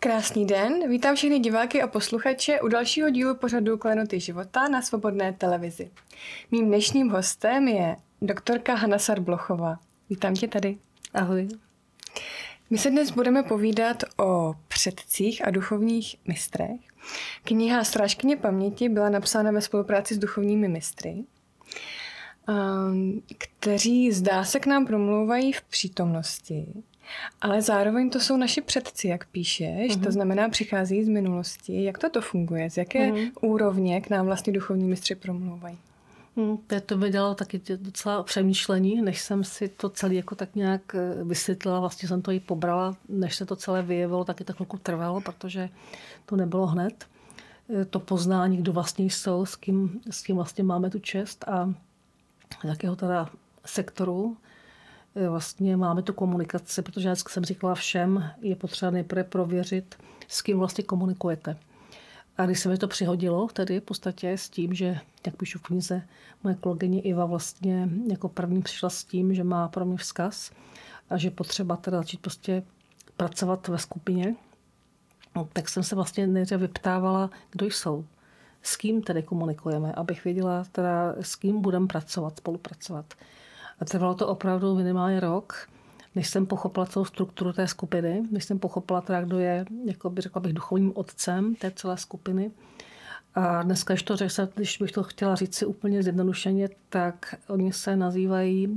Krásný den, vítám všechny diváky a posluchače u dalšího dílu pořadu Klenoty života na Svobodné televizi. Mým dnešním hostem je doktorka Hana Sarblochová. Vítám tě tady. Ahoj. My se dnes budeme povídat o předcích a duchovních mistrech. Kniha Strážkyně paměti byla napsána ve spolupráci s duchovními mistry, kteří zdá se k nám promlouvají v přítomnosti. Ale zároveň to jsou naši předci, jak píšeš, to znamená přichází z minulosti. Jak to funguje? Z jaké úrovně k nám vlastně duchovní mistři promlouvají? To by dělalo taky docela přemýšlení, než jsem si to celé jako tak nějak vysvětlila. Vlastně jsem to i pobrala, než se to celé vyjevilo, taky tak chvilku trvalo, protože to nebylo hned. To poznání, kdo vlastně jsou, s kým vlastně máme tu čest a z jakého teda sektoru vlastně máme tu komunikaci, protože jak jsem říkala všem, je potřeba nejprve prověřit, s kým vlastně komunikujete. A když se mi to přihodilo, tedy v podstatě s tím, že, jak píšu v knize, moje kolegyně Iva vlastně jako první přišla s tím, že má pro mě vzkaz a že potřeba teda začít prostě pracovat ve skupině, tak jsem se vlastně nejdřív vyptávala, kdo jsou, s kým tedy komunikujeme, abych věděla teda, s kým budeme spolupracovat. A trvalo to opravdu minimálně rok, než jsem pochopila celou strukturu té skupiny, než jsem pochopila teda, kdo je, jako by řekla bych, duchovním otcem té celé skupiny. A dneska, když bych to chtěla říct si úplně zjednodušeně, tak oni se nazývají,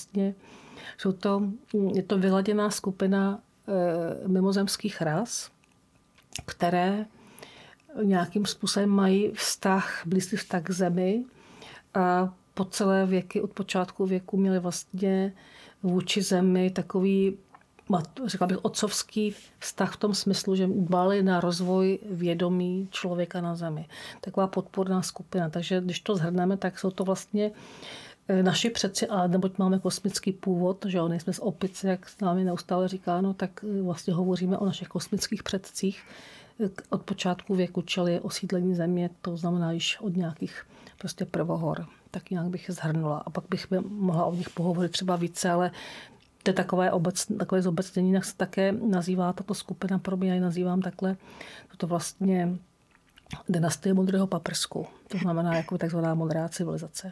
je to vyladěná skupina mimozemských ras, které nějakým způsobem mají blízký vztah k zemi a po celé věky, od počátku věku měli vlastně vůči zemi takový, řekla bych, otcovský vztah v tom smyslu, že dbali na rozvoj vědomí člověka na zemi. Taková podporná skupina. Takže když to shrneme, tak jsou to vlastně naši předci, a neboť máme kosmický původ, že nejsme z opice, jak s námi neustále říkáno, tak vlastně hovoříme o našich kosmických předcích od počátku věku, čili osídlení země, to znamená již od nějakých prostě prvohor. Tak nějak bych je shrnula. A pak bych mohla o nich pohovorit třeba více, ale to je takové zobecnění, jak se také nazývá tato skupina, pro mě ji nazývám takhle. To vlastně dynastie Modrého paprsku. To znamená jako takzvaná modrá civilizace.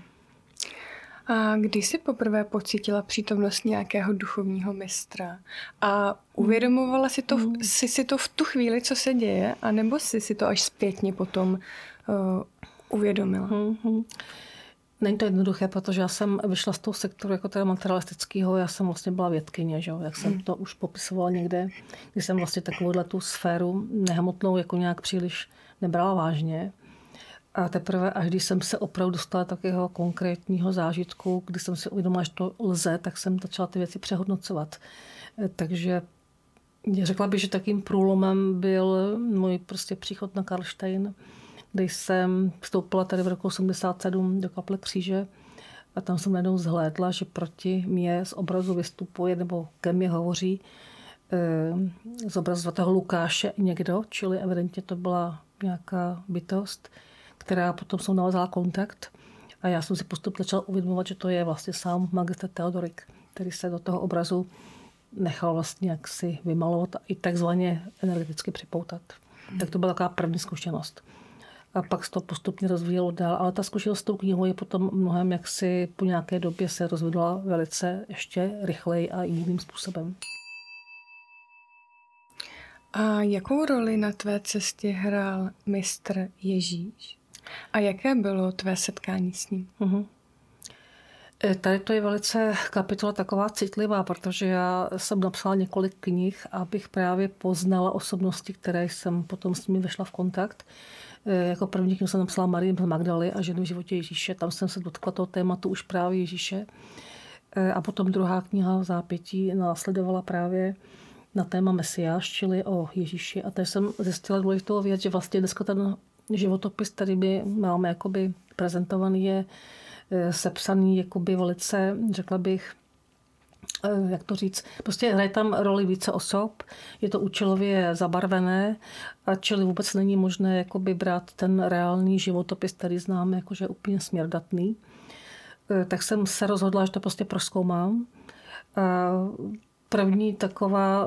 A kdy jsi poprvé pocítila přítomnost nějakého duchovního mistra? A uvědomovala si to v tu chvíli, co se děje? A nebo si to až zpětně potom uvědomila? Není to jednoduché, protože já jsem vyšla z toho sektoru jako teda materialistického, já jsem vlastně byla vědkyně, že? Jak jsem to už popisovala někde, když jsem vlastně takovouhle tu sféru nehmotnou jako nějak příliš nebrala vážně. A teprve, až když jsem se opravdu dostala takového konkrétního zážitku, kdy jsem si uvědomila, že to lze, tak jsem začala ty věci přehodnocovat. Takže řekla bych, že takým průlomem byl můj prostě příchod na Karlštejn, když jsem vstoupila tady v roku 87 do kaple Kříže a tam jsem najednou zhlédla, že proti mě z obrazu vystupuje nebo ke mně hovoří z obrazu svatého Lukáše někdo, čili evidentně to byla nějaká bytost, která potom se navázala kontakt a já jsem si postupně začala uvědomovat, že to je vlastně sám magistr Theodorik, který se do toho obrazu nechal vlastně jaksi vymalovat a i takzvaně energeticky připoutat. Tak to byla taková první zkušenost. A pak se to postupně rozvíjelo dál. Ale ta zkušenost s tou knihou je potom mnohem, jak si po nějaké době se rozvíjela velice ještě rychleji a jiným způsobem. A jakou roli na tvé cestě hrál mistr Ježíš? A jaké bylo tvé setkání s ním? Tady to je velice kapitola taková citlivá, protože já jsem napsala několik knih, abych právě poznala osobnosti, které jsem potom s nimi vešla v kontakt. Jako první knihu jsem napsala Marii z Magdaly a ženy v životě Ježíše. Tam jsem se dotkla toho tématu už právě Ježíše. A potom druhá kniha v zápětí následovala právě na téma Mesiáš, čili o Ježíši. A tady jsem zjistila důležitou věc, že vlastně dneska ten životopis, který my máme jakoby prezentovaný, je sepsaný jakoby velice, řekla bych, jak to říct, prostě hraje tam roli více osob, je to účelově zabarvené, a čili vůbec není možné jakoby brát ten reálný životopis, který známe, jakože úplně směrdatný. Tak jsem se rozhodla, že to prostě prozkoumám. První taková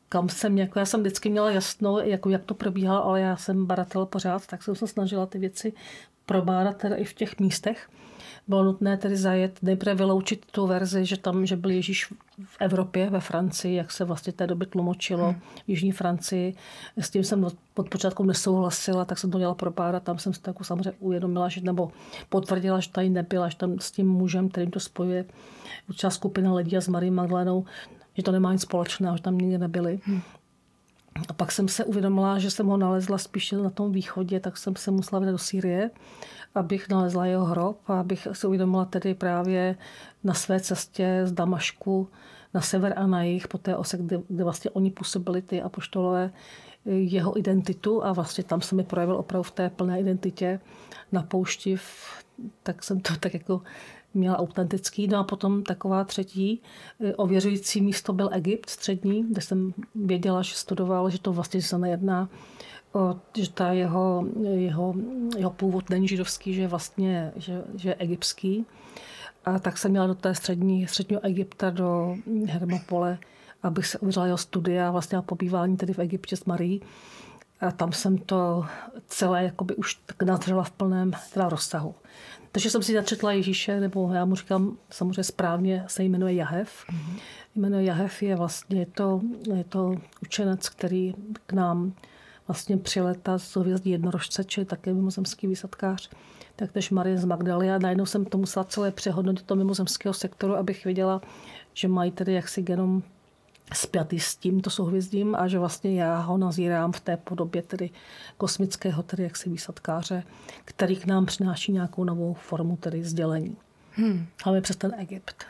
kam jsem, jako já jsem vždycky měla jasno, jako jak to probíhalo, ale já jsem badatel pořád, tak jsem se snažila ty věci probádat teda i v těch místech. Bylo nutné tedy zajet, nejprve vyloučit tu verzi, že byl Ježíš v Evropě, ve Francii, jak se vlastně té doby tlumočilo v jižní Francii. S tím jsem od počátku nesouhlasila, tak jsem to měla propádat. Tam jsem si to jako samozřejmě uvědomila, nebo potvrdila, že tady nebyla, že tam s tím mužem, kterým to spojuje určitá skupina lidí a s Marií Magdalenou, že to nemá nic společného, že tam nikdy nebyli. A pak jsem se uvědomila, že jsem ho nalezla spíše na tom východě, tak jsem se musela vydat do Sýrie, abych nalezla jeho hrob a abych se uvědomila tedy právě na své cestě z Damašku na sever a na jih, po té ose, kde vlastně oni působili, ty apoštolové, jeho identitu a vlastně tam se mi projevil opravdu v té plné identitě na poušti, tak jsem to tak jako měla autentický. No a potom taková třetí ověřující místo byl Egypt střední, kde jsem věděla, že studoval, že to vlastně se nejedná, že ta jeho původ není židovský, že je vlastně že je egyptský. A tak jsem měla do té středního Egypta, do Hermopole, abych se uvěřila jeho studia, vlastně pobývání tedy v Egyptě s Marií. A tam jsem to celé jakoby už tak nadřela v plném teda rozsahu. Takže jsem si začetla Ježíše, nebo já mu říkám samozřejmě správně, se jmenuje Jahev. Jméno Jahev je vlastně je to učenec, který k nám vlastně přiletá z hvězdy Jednorožce, čili také mimozemský výsadkář. Taktéž Marie z Magdaly. A najednou jsem to musela celé přehodnotit do mimozemského sektoru, abych věděla, že mají tedy jaksi genom spjatý s tímto souhvězdím a že vlastně já ho nazírám v té podobě tedy kosmického tedy jaksi výsadkáře, který k nám přináší nějakou novou formu tedy sdělení. Hlavně přes ten Egypt.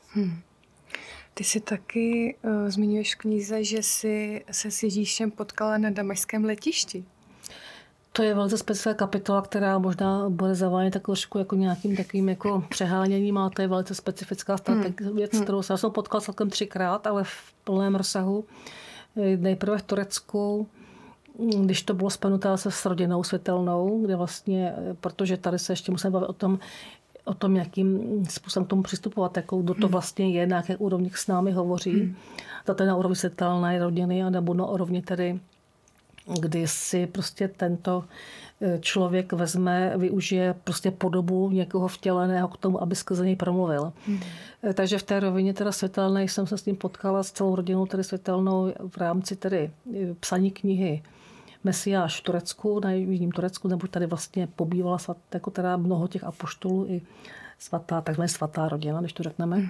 Ty si taky zmiňuješ v knize, že jsi se s Ježíšem potkala na damašském letišti. To je velice specifická kapitola, která možná bude zavánět tak trošku jako nějakým takovým jako přeháněním, ale to je velice specifická věc, kterou jsem potkala celkem 3krát, ale v plném rozsahu. Nejprve v Turecku, když to bylo spjanuté se s rodinou světelnou, kde vlastně, protože tady se ještě musíme bavit o tom, jakým způsobem k tomu přistupovat, jakou kdo to vlastně je, na jaké úrovni s námi hovoří. To je na úrovni světelné rodiny, nebo na úrovni tedy, kdy si prostě tento člověk využije prostě podobu někoho vtěleného k tomu, aby skrze něj promluvil. Takže v té rovině teda světelné jsem se s tím potkala s celou rodinou tedy světelnou v rámci tedy psaní knihy Mesiáš v Turecku, na jižním Turecku, nebo tady vlastně pobývala jako teda mnoho těch apoštolů i takzvaná svatá rodina, když to řekneme.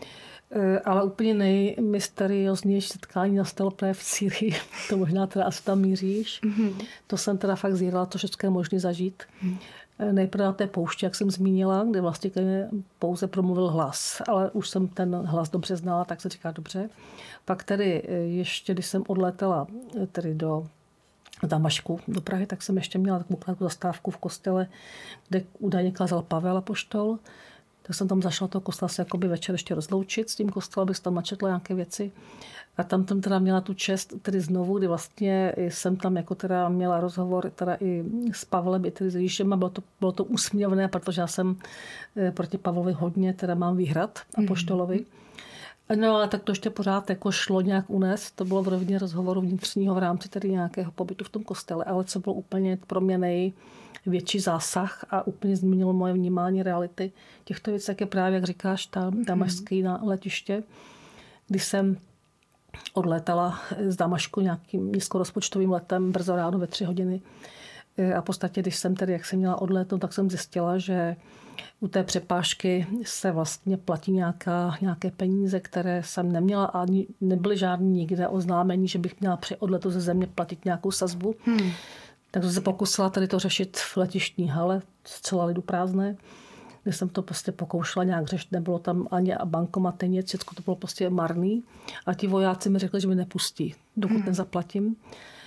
Ale úplně nejmysterióznější setkání nastalo právě v Sýrii. To možná teda asi tam míříš. To jsem teda fakt zjela, to všechno je možné zažít. Nejprve na té poušti, jak jsem zmínila, kde vlastně pouze promluvil hlas. Ale už jsem ten hlas dobře znala, tak se říká dobře. Pak tedy ještě, když jsem odletela tedy do Damašku, do Prahy, tak jsem ještě měla takovou zastávku v kostele, kde údajně kázal Pavel apoštol. Tak jsem tam zašla toho kostela se jakoby večer ještě rozloučit s tím kostelem, abych tam načetla nějaké věci. A tam teda měla tu čest tedy znovu, kdy vlastně jsem tam jako teda měla rozhovor teda i s Pavlem, i tedy s Ježíšem a bylo to úsměvné, protože já jsem proti Pavlovi hodně teda mám výhrad apoštolovi. No ale tak to ještě pořád jako šlo nějak unést. To bylo v rovině rozhovoru vnitřního v rámci tedy nějakého pobytu v tom kostele, ale co bylo úplně pro mě největší zásah a úplně změnilo moje vnímání reality těchto věcí, jak je právě, jak říkáš, ta damašský na letiště, když jsem odlétala z Damašku nějakým nízkorozpočtovým letem brzo ráno ve 3 hodiny. A v podstatě, když jsem tedy, jak jsem měla odlétnout, tak jsem zjistila, že u té přepážky se vlastně platí nějaké peníze, které jsem neměla a nebyly žádný nikde oznámení, že bych měla při odletu ze země platit nějakou sazbu. Tak jsem se pokusila tady to řešit v letištní hale, zcela lidu prázdné, kde jsem to prostě pokoušela nějak řešit. Nebylo tam ani bankomaty, nic, všechno to bylo prostě marný. A ti vojáci mi řekli, že mi nepustí, dokud nezaplatím.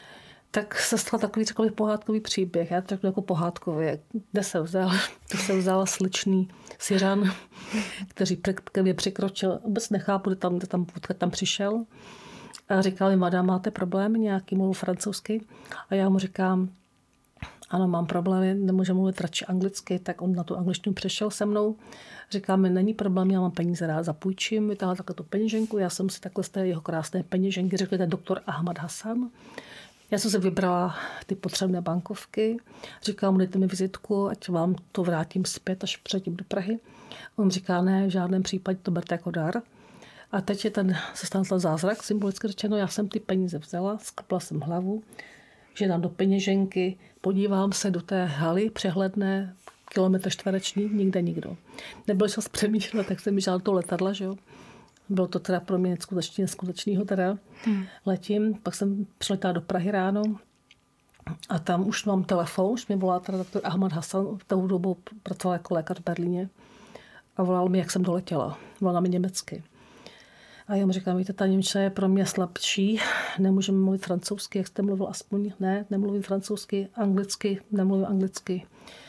Tak se stal takový, řekl bych, pohádkový příběh. Já to řeknu jako pohádkově. Kde se vzal? To se vzal sličný Syřan, který ke mně překročil. Vůbec nechápu, kde tam přišel. A říkal mi, madam, máte problém nějaký, mluvu francouzsky? A já mu říkám, ano, mám problémy, nemůžu mluvit radši anglicky, tak on na tu angličtinu přešel se mnou. Říká mi, není problém, já mám peníze, rád zapůjčím, vytáhl takhle tu peněženku, já jsem si takhle z té jeho krásné peněženky řekl, to je doktor Ahmad Hasan. Já jsem si vybrala ty potřebné bankovky, říkám mu, dejte mi vizitku, ať vám to vrátím zpět, až přijetím do Prahy. On říká, ne, v žádném případě to berte jako dar. A teď je se stal zázrak, symbolicky řečeno, já jsem ty peníze vzala, sklepla jsem hlavu, že dám do peněženky, podívám se do té haly, přehledné, kilometr čtvereční, nikde nikdo. Nebyl čas přemýšlet, tak jsem myšlela to letadla, že jo. Bylo to teda pro mě neskutečného teda. Letím, pak jsem přiletěla do Prahy ráno a tam už mám telefon, už mě volá teda doktor Ahmad Hasan, v tou dobu pracoval jako lékař v Berlíně a volal mi, jak jsem doletěla. Volal mi německy. A já mu říkám, víte, ta němčina je pro mě slabší, nemůžeme mluvit francouzsky, jak jste mluvil aspoň, ne, nemluvím francouzsky, anglicky, nemluvím anglicky.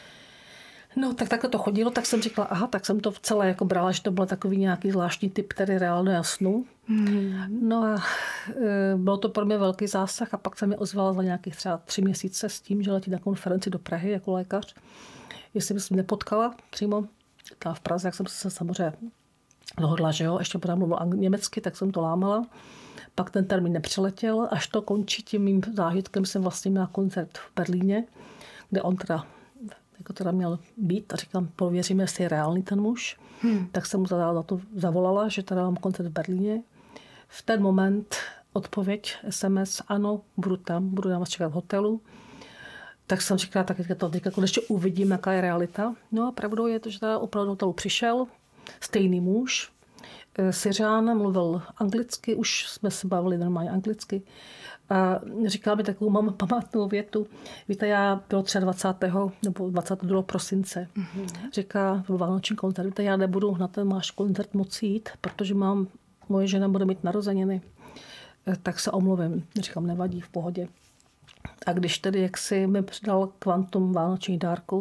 No, tak takhle to chodilo, tak jsem říkala, aha, tak jsem to celé jako brala, že to byl takový nějaký zvláštní typ, který reálně jasnu. No a bylo to pro mě velký zásah a pak jsem mi ozvala za nějakých třeba 3 měsíce s tím, že letí na konferenci do Prahy jako lékař. Jestli bych se nepotkala přímo tam v Praze, jak jsem se samozřejmě dohodla, že jo, ještě potom mluvil německy, tak jsem to lámala. Pak ten termín nepřiletěl, až to končí tím mým zážitkem jsem vlastně měla koncert v Berlíně, kde on teda měl být a říkám, pověříme, jestli je reálný ten muž. Tak jsem mu za to zavolala, že teda mám koncert v Berlíně. V ten moment odpověď, SMS, ano, budu tam vás čekat v hotelu. Tak jsem říkala, tak teďka konečně uvidím, jaká je realita. No a pravdou je to, že teda opravdu do hotelu přišel stejný muž, Syřán, mluvil anglicky, už jsme se bavili normálně anglicky. A říkala mi takovou mám památnou větu. Víte, já bylo 23. nebo 22. prosince. Říká, byl vánoční koncert. Víte, já nebudu na ten váš koncert moci jít, protože moje žena bude mít narozeniny. Tak se omluvím. Říkám, nevadí, v pohodě. A když tedy jaksi mi přidal kvantum vánočních dárků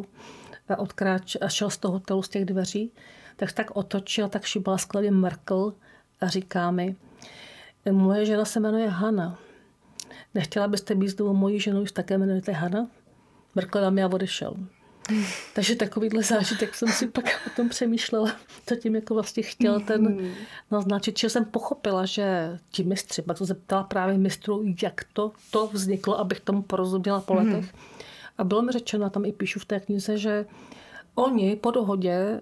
a šel z toho hotelu z těch dveří, tak otočil, tak šibala skladě Merkel a říká mi, moje žena se jmenuje Hanna. Nechtěla byste být znovu mojí ženou, už také jmenujete Hanna? Merkel na mě a odešel. Takže takovýhle zážitek jsem si pak o tom přemýšlela, co tím jako vlastně chtěl ten naznačit, že jsem pochopila, že ti mistři, pak jsem se ptala právě mistrů, jak to vzniklo, abych tomu porozuměla po letech. A bylo mi řečeno, tam i píšu v té knize, že oni po dohodě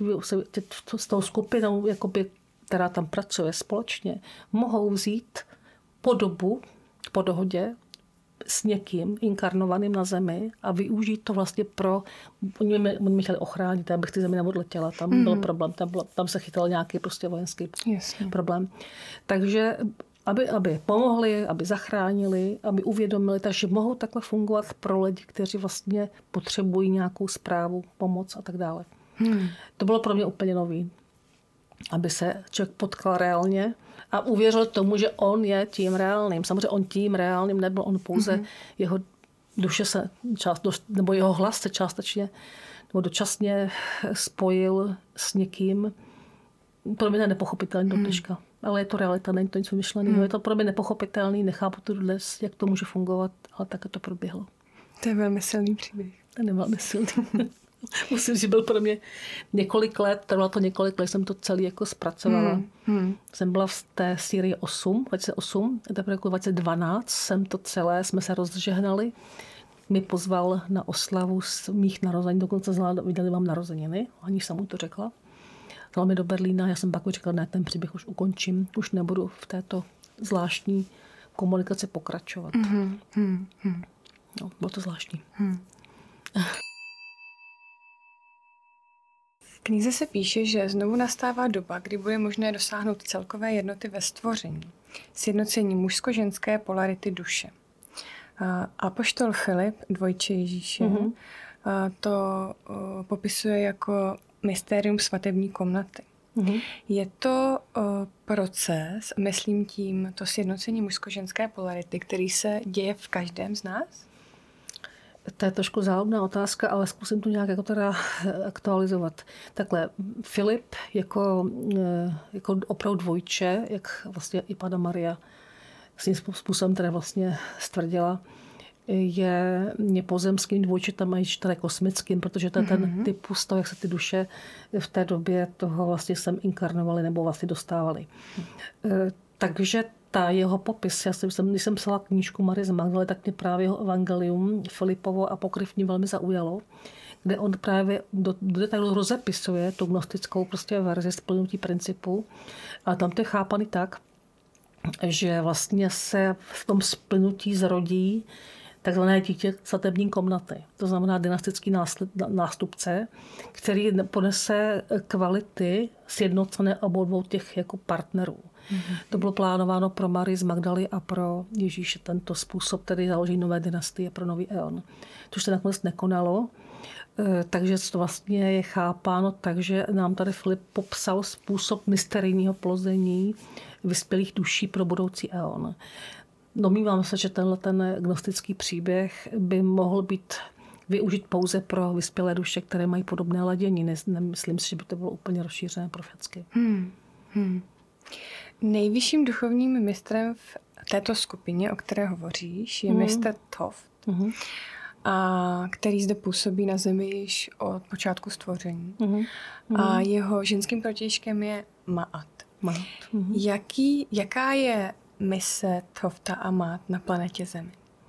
s tou skupinou, jakoby, která tam pracuje společně, mohou vzít podobu po dohodě s někým inkarnovaným na zemi a využít to vlastně oni mě chtěli ochránit, abych ty zemi neodletěla. Tam byl problém, tam se chytal nějaký prostě vojenský problém. Takže aby pomohli, aby zachránili, aby uvědomili, takže mohou takhle fungovat pro lidi, kteří vlastně potřebují nějakou správu, pomoc a tak dále. To bylo pro mě úplně nový. Aby se člověk potkal reálně a uvěřil tomu, že on je tím reálným. Samozřejmě on tím reálným nebyl, on pouze jeho duše nebo jeho hlas se částečně nebo dočasně spojil s někým. Pro mě je nepochopitelný do dneška. Ale je to realita, není to nic vymyšleného. Je to pro mě nepochopitelný, nechápu to dnes, jak to může fungovat, ale tak to proběhlo. To je velmi silný příběh. To je velmi silný. Musím říct, že byl pro mě několik let, trvalo to několik let, jsem to celý jako zpracovala. Jsem byla v té Sýrii 2008, teprve jako 2012 jsem to celé, jsme se rozžehnali. Mě pozval na oslavu z mých narozenin, dokonce viděli vám narozeniny, aniž jsem mu to řekla. Dal mi do Berlína, já jsem pak říkala, ne, ten příběh už ukončím, už nebudu v této zvláštní komunikaci pokračovat. No, bylo to zvláštní. V knize se píše, že znovu nastává doba, kdy bude možné dosáhnout celkové jednoty ve stvoření. Sjednocení mužsko-ženské polarity duše. Apoštol Filip, dvojče Ježíše, to popisuje jako mystérium svatební komnaty. Je to proces, myslím tím, to sjednocení mužsko-ženské polarity, který se děje v každém z nás? To je trošku záhodná otázka, ale zkusím to nějak jako teda aktualizovat. Takhle, Filip jako opravdu dvojče, jak vlastně i Panna Maria svým způsobem teda vlastně stvrdila, je pozemským dvojčitem a čtvrté kosmickým, protože to je ten typus toho, jak se ty duše v té době toho vlastně sem inkarnovaly nebo vlastně dostávaly. Takže ta jeho popis, když jsem psala knížku Marie z Magdaly, tak mě právě jeho evangelium Filipovo apokryfní velmi zaujalo, kde on právě do detailu rozepisuje tu gnostickou prostě verzi splnutí principu. A tam to je chápaný tak, že vlastně se v tom splnutí zrodí takzvané dítě svatební komnaty. To znamená dynastický nástupce, který ponese kvality sjednocené obou dvou těch jako partnerů. To bylo plánováno pro Marii z Magdaly a pro Ježíše tento způsob, tedy založení nové dynastie pro nový eon. Což se nakonec nekonalo, takže to vlastně je chápáno tak, že nám tady Filip popsal způsob mysterijního plození vyspělých duší pro budoucí eon. Domnívám se, že ten gnostický příběh by mohl být využit pouze pro vyspělé duše, které mají podobné ladění. Nemyslím si, že by to bylo úplně rozšířené profeticky. Nejvyšším duchovním mistrem v této skupině, o které hovoříš, je mistr Thoth, a který zde působí na zemi již od počátku stvoření. A jeho ženským protějškem je Maat. Jaká je mise Thothta a Maat na planetě Zemi?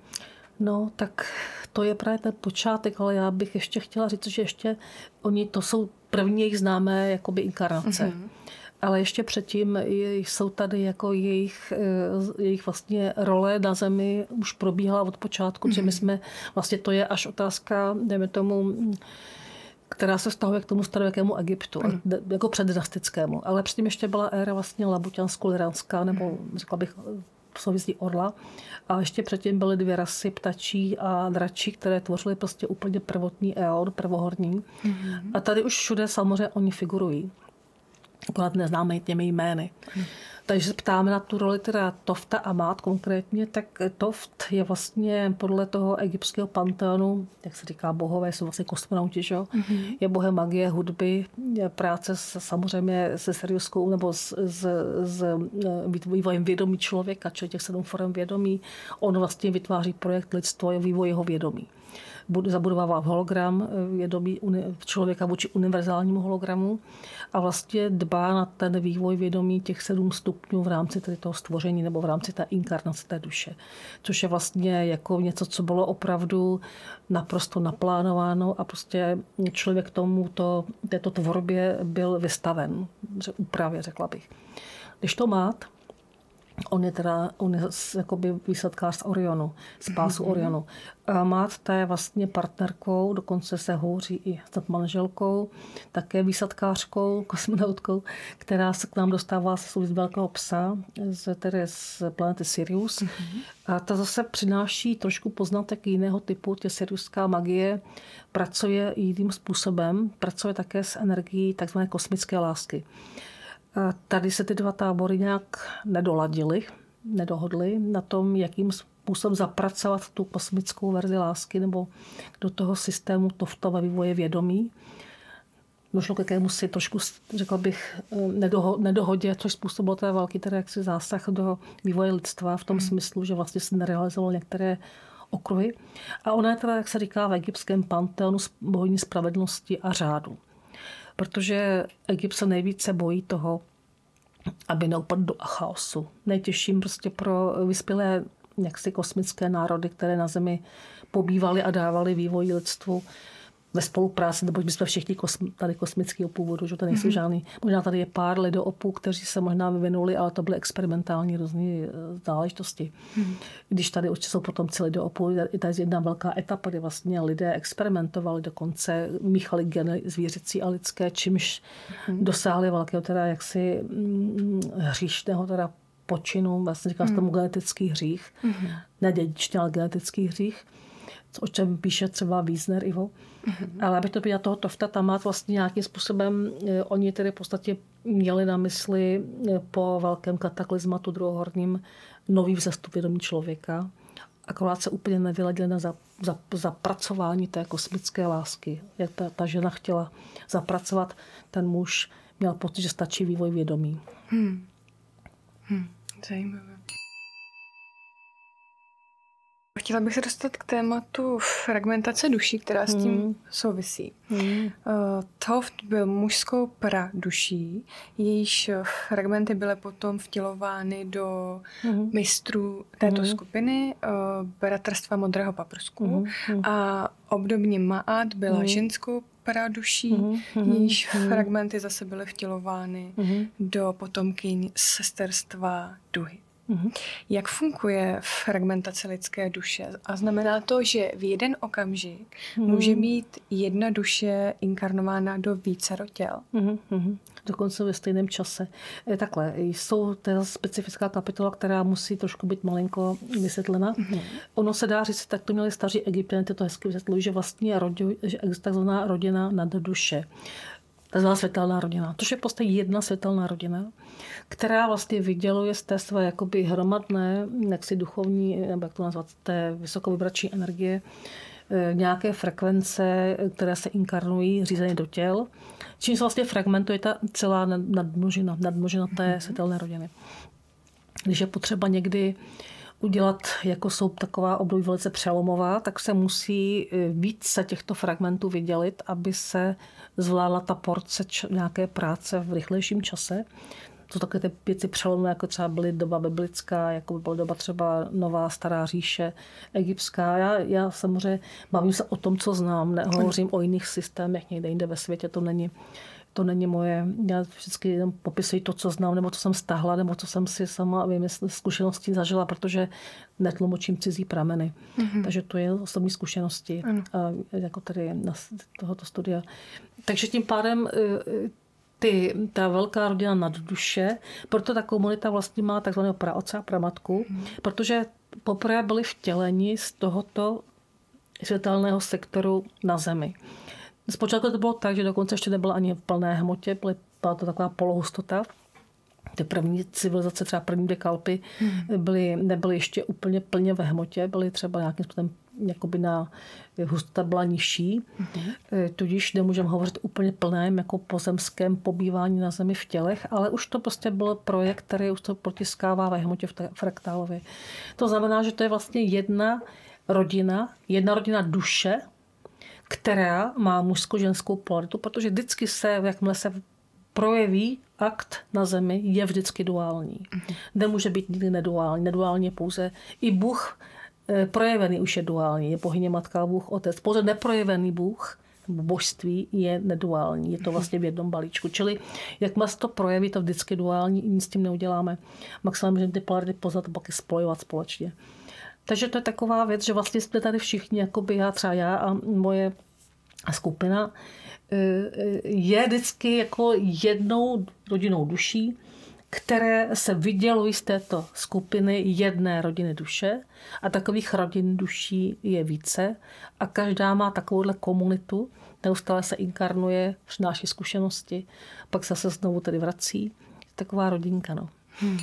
No, tak to je právě ten počátek, ale já bych ještě chtěla říct, že ještě oni, to jsou první jejich známé jakoby inkarnace. Ale ještě předtím jsou tady jako jejich vlastně role na Zemi už probíhala od počátku, že my jsme, vlastně to je až otázka, dejme tomu, která se vztahuje k tomu starověkému Egyptu, jako předdynastickému. Ale předtím ještě byla éra vlastně labuťansko-liranská, nebo řekla bych souvislí orla. A ještě předtím byly dvě rasy ptačí a dračí, které tvořily prostě úplně prvotní eon, prvohorní. A tady už všude samozřejmě oni figurují. Akorát neznáme těmi jmény. Takže se ptáme na tu roli teda Thothta a Maat konkrétně, tak Thoth je vlastně podle toho egyptského panteonu, jak se říká, bohové jsou vlastně kosmonauti, že? Je bohem magie, hudby, práce samozřejmě se seriózkou nebo s vývojem vědomí člověka, čili těch 7 forem vědomí. On vlastně vytváří projekt lidstvo a vývoj jeho vědomí. Zabudovává hologram vědomí člověka vůči univerzálnímu hologramu a vlastně dbá na ten vývoj vědomí těch 7 stupňů v rámci toho stvoření nebo v rámci té inkarnace té duše. Což je vlastně jako něco, co bylo opravdu naprosto naplánováno a prostě člověk této tvorbě byl vystaven, úpravě, řekla bych. Když to Maat, on je jakoby výsadkář z Orionu, z pásu Orionu. A Maat, ta je vlastně partnerkou, dokonce se hovoří i s manželkou, také výsadkářkou, kosmonautkou, která se k nám dostává z velkého psa, z planety Sirius. A ta zase přináší trošku poznatek jiného typu, siriuská magie pracuje jiným způsobem, pracuje také s energií takzvané kosmické lásky. Tady se ty dva tábory nějak nedohodly na tom, jakým způsobem zapracovat tu kosmickou verzi lásky nebo do toho systému Thothova vývoje vědomí. Došlo k jakémusi trošku, řekla bych, nedohodě, což způsobilo té velký jaksi zásah do vývoje lidstva v tom smyslu, že vlastně se nerealizovaly některé okruhy. A ona je teda, jak se říká v egyptském panteonu, bohyní spravedlnosti a řádu. Protože Egypt se nejvíce bojí toho, aby neupadl do chaosu. Nejtěžším prostě pro vyspělé jaksi kosmické národy, které na Zemi pobývaly a dávaly vývoj lidstvu ve spolupráci, nebo my jsme všichni tady kosmického původu, že to nejsou žádný. Možná tady je pár lidoopů, kteří se možná vyvinuli, ale to byly experimentální různé záležitosti. Když tady určitě jsou potomci lidoopů, je tady jedna velká etapa, kdy vlastně lidé experimentovali, dokonce míchali geny zvířecí a lidské, čímž dosáhli velkého teda jaksi hříšného teda počinu, vlastně říkám tomu genetický hřích, ne dědičný, ale genetický hřích, o čem píše třeba Wiesner Ivo. Ale aby to byla toho Thothta tam má vlastně nějakým způsobem, oni tedy v podstatě měli na mysli po velkém kataklizmatu druhohorním nový vzestup vědomí člověka. Akorát se úplně nevyladili na zapracování té kosmické lásky. Jak ta žena chtěla zapracovat, ten muž měl pocit, že stačí vývoj vědomí. Zajímavé. Chtěla bych se dostat k tématu fragmentace duší, která s tím souvisí. Thoth byl mužskou praduší, jejíž fragmenty byly potom vtělovány do mistrů této skupiny, Bratrstva modrého paprsku. A obdobně Maat byla ženskou praduší, jejíž fragmenty zase byly vtělovány do potomkyň sesterstva Duhy. Jak funguje fragmentace lidské duše? A znamená to, že v jeden okamžik může být jedna duše inkarnována do vícero těl? Dokonce ve stejném čase. Takhle, to je specifická kapitola, která musí trošku být malinko vysvětlena. Ono se dá říct, tak to měli staří Egypťané, to hezky vysvětlují, že vlastně že existuje takzvaná rodina nad duše. Takzvaná světelná rodina. To je prostě jedna světelná rodina, která vlastně vyděluje z té své jakoby hromadné, jaksi duchovní, nebo jak to nazvat, té vysokovibrační energie, nějaké frekvence, které se inkarnují, řízené do těl, čím se vlastně fragmentuje ta celá nadmnožina té světelné rodiny. Když je potřeba někdy udělat, jako jsou taková období velice přelomová, tak se musí více těchto fragmentů vydělit, aby se zvládla ta porce nějaké práce v rychlejším čase. To takové ty věci přelomové, jako třeba byly doba biblická, jako by byla doba třeba nová stará říše egyptská. Já samozřejmě bavím se o tom, co znám, nehovořím o jiných systémech někde jinde ve světě, to není moje. Já vždycky jenom popisuji to, co znám, nebo co jsem stahla, nebo co jsem si sama zkušeností zažila, protože netlumočím cizí prameny. Takže to je osobní zkušenosti jako tady na tohoto studia. Takže tím pádem ta velká rodina nad duše, proto ta komunita vlastně má takzvaného praotce a pramatku, protože poprvé byli vtěleni z tohoto světelného sektoru na zemi. Zpočátku to bylo tak, že dokonce ještě nebyla ani v plné hmotě, byla to taková polohustota. Ty první civilizace, třeba první dekalpy, nebyly ještě úplně plně ve hmotě, byly třeba nějakým způsobem jakoby hustota byla nižší. Tudíž nemůžeme hovořit úplně plném jako pozemském pobývání na zemi v tělech, ale už to prostě byl projekt, který už to protiskává ve hmotě fraktálově. To znamená, že to je vlastně jedna rodina duše, která má mužsko-ženskou polaritu, protože vždycky jakmile se projeví akt na zemi, je vždycky duální. Nemůže být nikdy neduální. Neduální je pouze i Bůh projevený už je duální. Je bohyně, matka, Bůh, otec. Pouze neprojevený Bůh nebo božství je neduální. Je to vlastně v jednom balíčku. Čili jakmile se to projeví, to vždycky duální, nic s tím neuděláme. Maximálně můžeme ty polarity poznat a pak je spojovat společně. Takže to je taková věc, že vlastně jsme tady všichni, jakoby já a moje skupina, je vždycky jako jednou rodinou duší, které se vydělují z této skupiny jedné rodiny duše a takových rodin duší je více a každá má takovouhle komunitu, neustále se inkarnuje, přináší zkušenosti, pak se znovu tedy vrací. Taková rodinka, no.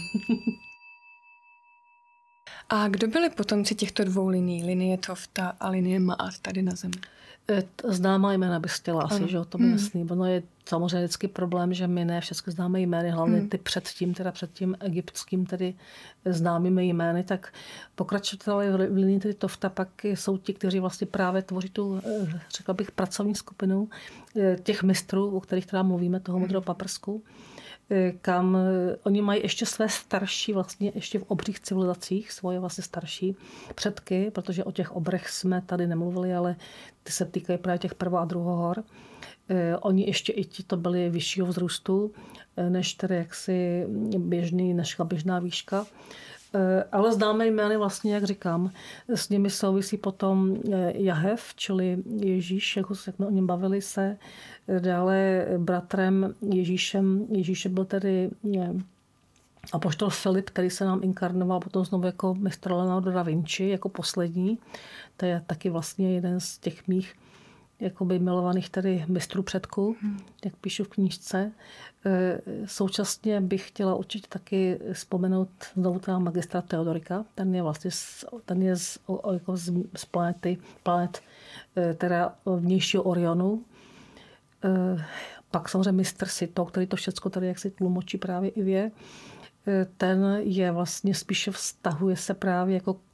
A kdo byli potomci těchto dvou linií? Linie Thofta a linie Maat tady na zemi? Známá jména bys chtěla asi, že to mi jasný. Ono je samozřejmě vždycky problém, že my ne všechny známe jmény, hlavně ty před tím egyptským tedy známými jmény, tak pokračovali v linii tedy Thofta, pak jsou ti, kteří vlastně právě tvoří tu, řekla bych, pracovní skupinu těch mistrů, o kterých teda mluvíme, toho modrého paprsku, kam oni mají ještě své starší, vlastně ještě v obřích civilizacích, svoje vlastně starší předky, protože o těch obrech jsme tady nemluvili, ale ty se týkají právě těch prvo- a druhohor. Oni ještě i ti to byli vyššího vzrůstu, než tedy jaksi běžná výška. Ale známe jmény vlastně, jak říkám, s nimi souvisí potom Jahev, čili Ježíš, jak jsme o něm bavili se. Dále bratrem Ježíše byl tedy apoštol Filip, který se nám inkarnoval potom znovu jako mistr Leonardo da Vinci, jako poslední. To je taky vlastně jeden z těch mých jakoby milovaných tady mistrů předků, jak píšu v knížce. Současně bych chtěla určitě taky vzpomenout znovu teda magistra Theodorika. Ten je z planet teda vnějšího Orionu. Pak samozřejmě mistr Sito, který to všechno tady jaksi tlumočí právě i vě. Ten je vlastně spíše vztahuje se právě jako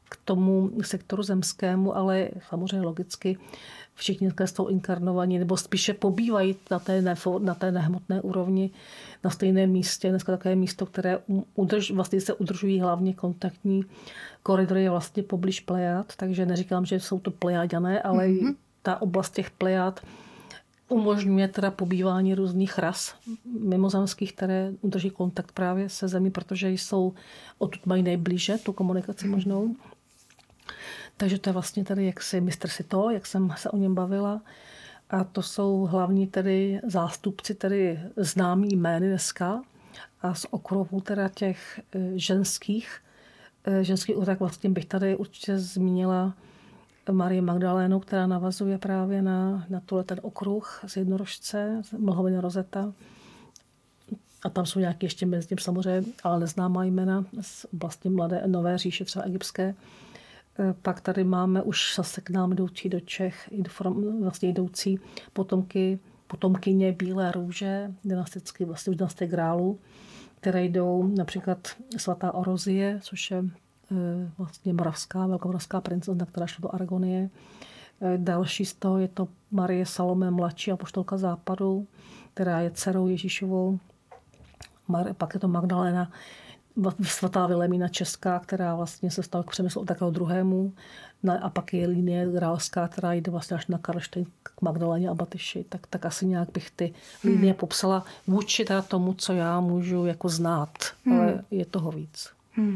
k tomu sektoru zemskému, ale samozřejmě logicky všichni jsou inkarnovaní, nebo spíše pobývají na té nehmotné úrovni na stejném místě. Dneska takové místo, které vlastně se udržují hlavně kontaktní koridory je vlastně poblíž Plejad, takže neříkám, že jsou to Plejaďané, ale ta oblast těch Plejad umožňuje teda pobývání různých ras mimozemských, které udrží kontakt právě se zemí, protože jsou odtud mají nejblíže tu komunikaci možnou. Takže to je vlastně tady jaksi Mr. Sito, jak jsem se o něm bavila. A to jsou hlavní tedy zástupci tedy známý jmény dneska. A z okruhu teda těch ženských tak vlastně bych tady určitě zmínila Marii Magdalénu, která navazuje právě na ten okruh z Jednorožce, z Mlhoviny Rozeta. A tam jsou nějaké ještě mezi tím samozřejmě, ale neznámá jména z oblasti mladé Nové říše, třeba egyptské. Pak tady máme už zase k nám jdoucí do Čech, vlastně jdoucí potomkyně Bílé růže, dynasticky vlastně už dynastie Grálů, které jdou například svatá Orozie, což je vlastně velkomoravská princezna, která šla do Aragonie. Další z toho je to Marie Salome mladší, apoštolka západu, která je dcerou Ježíšovou. Pak je to Magdalena, svatá Vilemína česká, která vlastně se stala k přemyslu takového druhému. A pak je linie grálská, která jde vlastně až na Karlštejn k Magdaleně a Batyši. Tak asi nějak bych ty linie popsala vůči teda tomu, co já můžu jako znát. Ale je toho víc.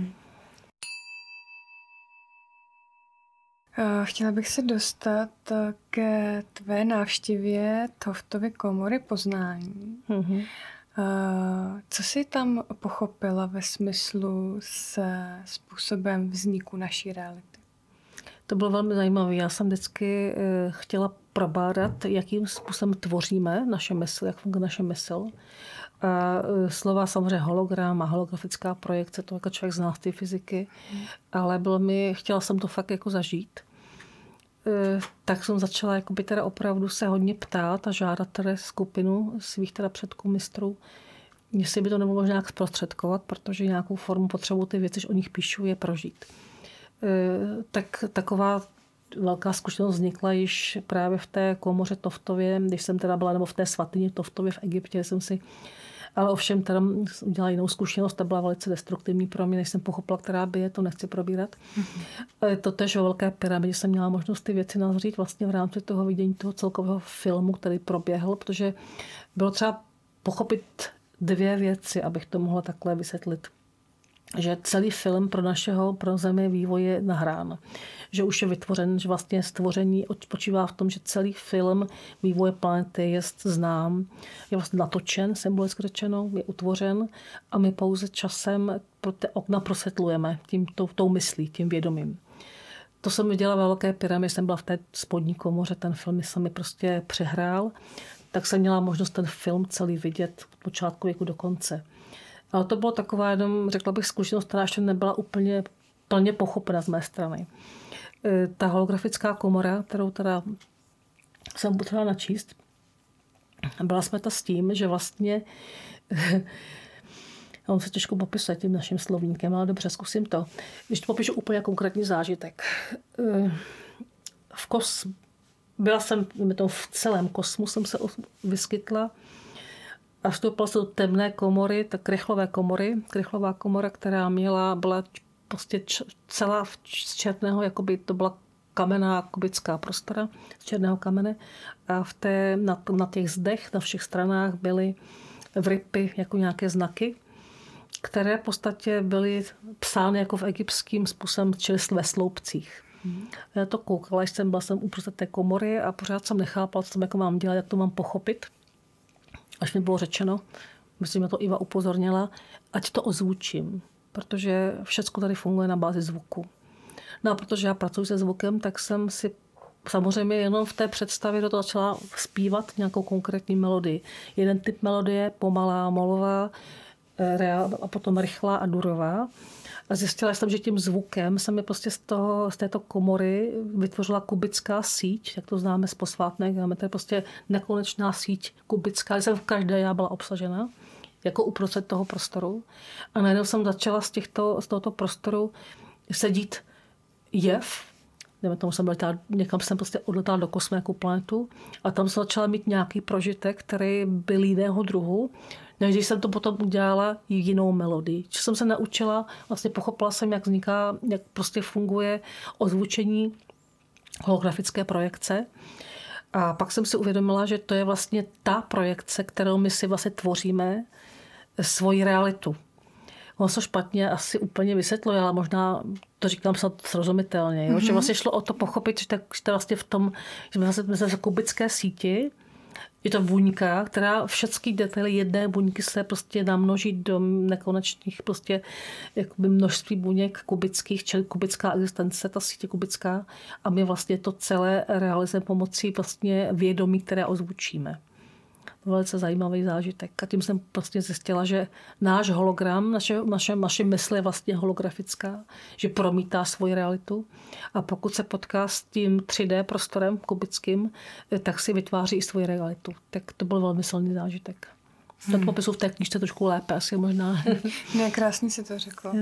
Chtěla bych se dostat ke tvé návštěvě Toftovy komory poznání. Co jsi tam pochopila ve smyslu se způsobem vzniku naší reality? To bylo velmi zajímavé. Já jsem vždycky chtěla probádat, jakým způsobem tvoříme naše mysl, jak funguje naše mysl. A slova samozřejmě hologram a holografická projekce, to jako člověk zná z té fyziky, ale chtěla jsem to fakt jako zažít. Tak jsem začala jakoby teda opravdu se hodně ptát a žádat teda skupinu svých teda předků mistrů, jestli by to nemohlo nějak zprostředkovat, protože nějakou formu potřebuji ty věci, že o nich píšu, je prožít. Tak taková velká zkušenost vznikla již právě v té komoře Toftově, když jsem teda byla, nebo v té svatyni Toftově v Egyptě, ale ovšem teda udělala jinou zkušenost, ta byla velice destruktivní pro mě, než jsem pochopila, která by je, to nechci probírat. To tež o Velké pyramidě jsem měla možnost ty věci nazřít vlastně v rámci toho vidění toho celkového filmu, který proběhl, protože bylo třeba pochopit dvě věci, abych to mohla takhle vysvětlit. Že celý film pro Zemi vývoj je nahrán. Že už je vytvořen, že vlastně stvoření spočívá v tom, že celý film vývoje planety je znám, je vlastně natočen, symbolicky řečeno, je utvořen a my pouze časem pro ty okna prosvětlujeme tou myslí, tím vědomím. To jsem viděla ve Velké pyramidě, jsem byla v té spodní komoře, ten film se mi prostě přehrál, tak jsem měla možnost ten film celý vidět od počátku jako do konce. Ale to bylo taková jenom, řekla bych, zkušenost, která ještě nebyla úplně plně pochopena z mé strany. Ta holografická komora, kterou teda jsem potřebovala načíst, byla smeta s tím, že vlastně on se těžko popisuje tím naším slovníkem, ale dobře, zkusím to. Když to popíšu úplně konkrétní zážitek. Byla jsem v celém kosmu, jsem se vyskytla a vstoupila se do temné komory, tak krychlová komora, která byla prostě celá z černého, jakoby to byla kamenná kubická prostora z černého kamene a na těch zdech na všech stranách byly vrypy jako nějaké znaky, které v podstatě byly psány jako v egyptským způsobem, čili ve sloupcích. Já to koukala, byla jsem uprostřed té komory a pořád jsem nechápala, co jako mám dělat, jak to mám pochopit. Až mi bylo řečeno, myslím, že to Iva upozornila, ať to ozvučím, protože všechno tady funguje na bázi zvuku. No a protože já pracuji se zvukem, tak jsem si samozřejmě jenom v té představě do toho začala zpívat nějakou konkrétní melodii. Jeden typ melodie, pomalá, molová, a potom rychlá a durová. A zjistila jsem, že tím zvukem se mi prostě z této komory vytvořila kubická síť, jak to známe z posvátné geometrie, prostě nekonečná síť kubická, kde jsem v každé já byla obsažena, jako uprostřed toho prostoru. A najednou jsem začala z tohoto prostoru sedít jev, nevím, tomu jsem někam jsem prostě odletal do kosmu jako planetu a tam jsem začala mít nějaký prožitek, který byl jiného druhu, než když jsem to potom udělala jinou melodii. Čo jsem se naučila, vlastně pochopila jsem, jak vzniká, jak prostě funguje ozvučení holografické projekce. A pak jsem si uvědomila, že to je vlastně ta projekce, kterou my si vlastně tvoříme svoji realitu. Ono se špatně asi úplně vysvětluje, ale možná to říkám snad srozumitelně. Jo? Že vlastně šlo o to pochopit, že to vlastně v tom, že jsme v kubické síti, je to buňka, která všechny detaily jedné buňky se prostě namnoží do nekonečných prostě jakoby množství buněk kubických, čili kubická existence, ta sítě kubická, a my vlastně to celé realizujeme pomocí vlastně vědomí, které ozvučíme. Velice zajímavý zážitek. A tím jsem prostě zjistila, že náš hologram, naše mysl je vlastně holografická, že promítá svoji realitu. A pokud se potká s tím 3D prostorem kubickým, tak si vytváří i svoji realitu. Tak to byl velmi silný zážitek. To popisu v té knížce trošku lépe asi možná. Ne, krásně si to řekla.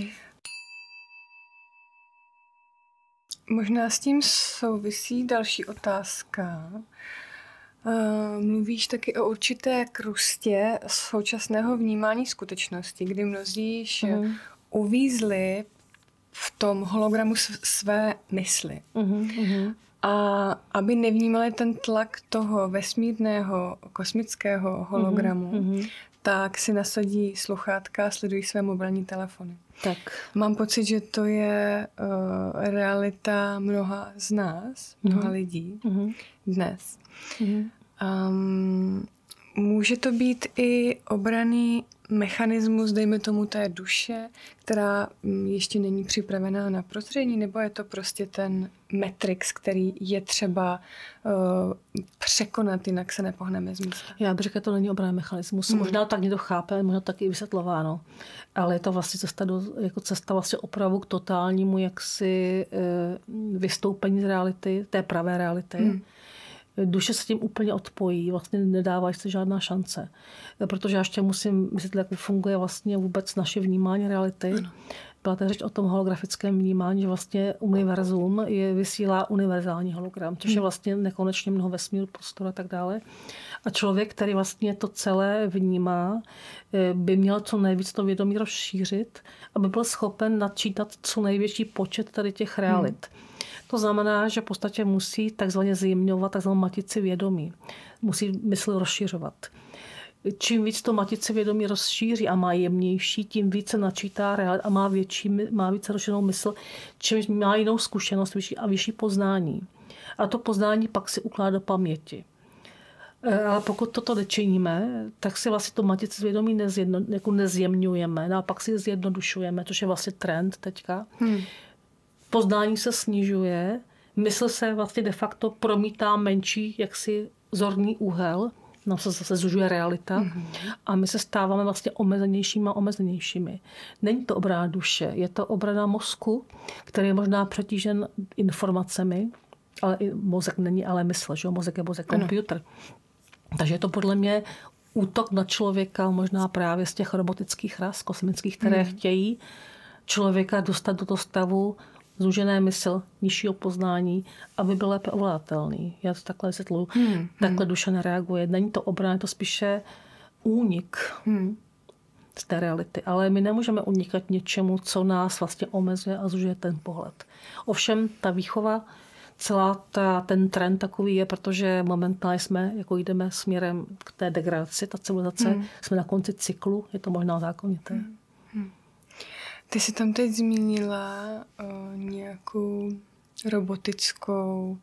Možná s tím souvisí další otázka. Mluvíš taky o určité krustě současného vnímání skutečnosti, kdy mnozí uvízli v tom hologramu své mysli. A aby nevnímali ten tlak toho vesmírného, kosmického hologramu, tak si nasadí sluchátka a sledují své mobilní telefony. Tak. Mám pocit, že to je realita mnoha z nás, mnoha lidí dnes. Může to být i obranný mechanismus, dejme tomu té duše, která ještě není připravená na prozření, nebo je to prostě ten matrix, který je třeba překonat, jinak se nepohneme z místa? Já bych řekla, to není obranný mechanismus. Možná tak někdo chápe, možná taky i vysvětlováno, ale je to vlastně cesta vlastně opravdu k totálnímu jaksi vystoupení z reality, té pravé reality. Duše se tím úplně odpojí, vlastně nedává se žádná šance. Protože já ještě musím vysvětlit, jak funguje vlastně vůbec naše vnímání reality. Ano. Byla tady řeč o tom holografickém vnímání, že vlastně univerzum vysílá univerzální hologram, což je vlastně nekonečně mnoho vesmíru, prostoru a tak dále. A člověk, který vlastně to celé vnímá, by měl co nejvíc to vědomí rozšířit, aby byl schopen načítat co největší počet tady těch realit. To znamená, že v podstatě musí takzvaně zjemňovat takzvanou matici vědomí. Musí mysl rozšiřovat. Čím víc to matici vědomí rozšíří a má jemnější, tím více načítá realit a má více rozšířenou mysl, čím má jinou zkušenost a vyšší poznání. A to poznání pak si ukládá do paměti. Ale pokud toto nečiníme, tak si vlastně to matici vědomí nezjemňujeme, a pak si zjednodušujeme, což je vlastně trend teďka. Poznání se snižuje, mysl se vlastně de facto promítá menší jaksi zorný úhel, nám se zase zužuje realita a my se stáváme vlastně omezenějšími a omezenějšími. Není to obrana duše, je to obrana mozku, který je možná přetížen informacemi, ale i mozek není, ale mysl, že mozek je počítač. Takže je to podle mě útok na člověka možná právě z těch robotických ras kosmických, které chtějí člověka dostat do toho stavu zúžené mysl, nižšího poznání, aby byl lépe ovladatelný. Já to takhle vysvětluji. Takhle duše nereaguje. Není to obrana, je to spíše únik z té reality. Ale my nemůžeme unikat něčemu, co nás vlastně omezuje a zužuje ten pohled. Ovšem, ta výchova, ten trend takový je, protože momentálně jdeme směrem k té degradaci, ta civilizace, jsme na konci cyklu, je to možná zákonité. Ty jsi tam teď zmínila nějakou robotickou,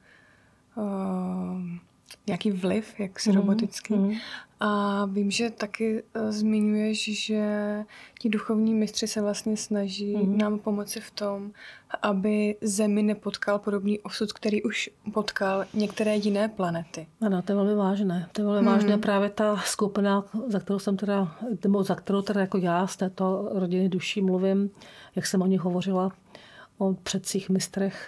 nějaký vliv, jaksi robotický. A vím, že taky zmiňuješ, že ti duchovní mistři se vlastně snaží nám pomoci v tom, aby Zemi nepotkal podobný osud, který už potkal některé jiné planety. Ano, to je velmi vážné. To je velmi vážné. Právě ta skupina, za kterou jako já z této rodiny duší mluvím, jak jsem o nich hovořila, o předcích mistrech,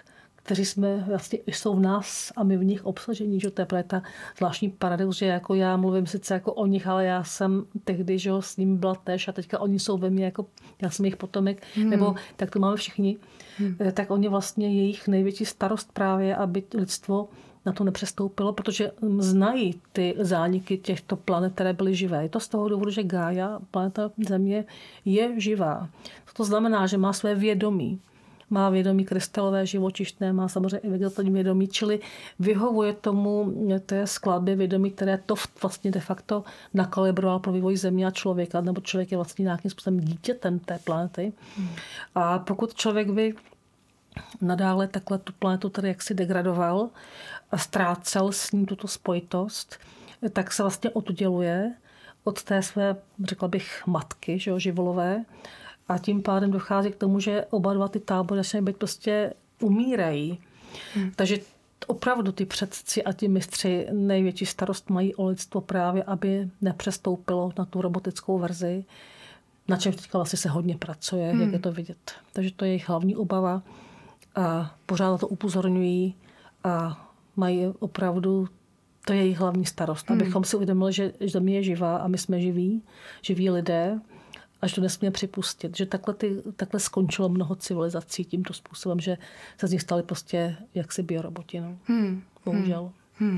kteří jsme vlastně jsou v nás a my v nich obsažení, že to je právě ta zvláštní paradox, že jako já mluvím sice jako o nich, ale já jsem tehdy, že s ním byla též a teďka oni jsou ve mně, jako já jsem jejich potomek, nebo tak to máme všichni, tak oni vlastně jejich největší starost právě, aby lidstvo na to nepřestoupilo, protože znají ty zániky těchto planet, které byly živé. Je to z toho důvodu, že Gaia, planeta Země, je živá. To znamená, že má své vědomí. Má vědomí krystalové, živočišné, má samozřejmě i vegetativní vědomí, čili vyhovuje tomu té skladbě vědomí, které to vlastně de facto nakalibroval pro vývoj Země a člověka, nebo člověk je vlastně nějakým způsobem dítětem té planety. A pokud člověk by nadále takhle tu planetu tady jaksi degradoval a ztrácel s ní tuto spojitost, tak se vlastně odděluje od té své, řekla bych, matky, že jo, živolové. A tím pádem dochází k tomu, že oba dva ty tábory začínají být prostě umírají. Takže opravdu ty předci a ti mistři největší starost mají o lidstvo právě, aby nepřestoupilo na tu robotickou verzi, na čem teďka vlastně se hodně pracuje, jak je to vidět. Takže to je jejich hlavní obava a pořád na to upozorňují a mají opravdu, to je jejich hlavní starost, abychom si uvědomili, že Země je živá a my jsme živí lidé, až to nesmíme připustit, že takhle skončilo mnoho civilizací tímto způsobem, že se z nich stali prostě jaksi bioroboti. No. Bohužel.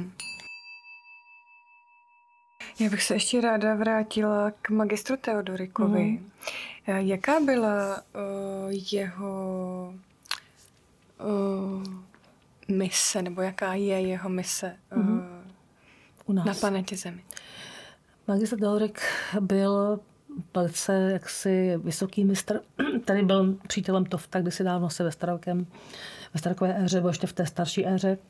Já bych se ještě ráda vrátila k magistru Theodorikovi. Jaká byla jeho mise, nebo jaká je jeho mise u nás na planetě Zemi? Magistr Theodorik byl velice jaksi vysoký mistr. Tady byl přítelem Tofta, kdysi dávno se ve starověké éře, nebo ještě v té starší éře,